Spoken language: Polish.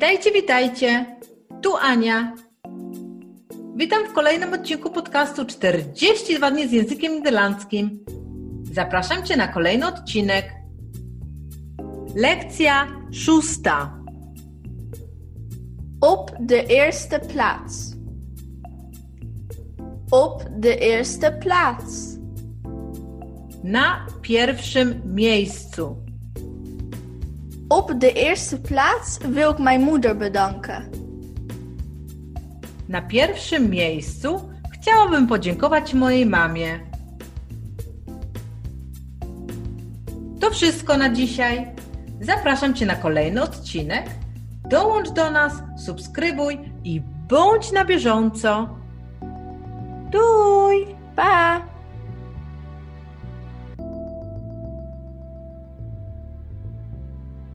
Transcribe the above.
Witajcie, witajcie. Tu Ania. Witam w kolejnym odcinku podcastu 42 dni z językiem niderlandzkim. Zapraszam Cię na kolejny odcinek. Lekcja 6. Op de eerste plaats. Op de eerste plaats. Na pierwszym miejscu. Op de eerste plaats wil ik mijn moeder bedanken. Na pierwszym miejscu chciałabym podziękować mojej mamie. To wszystko na dzisiaj. Zapraszam Cię na kolejny odcinek. Dołącz do nas, subskrybuj i bądź na bieżąco. Doei! Bye!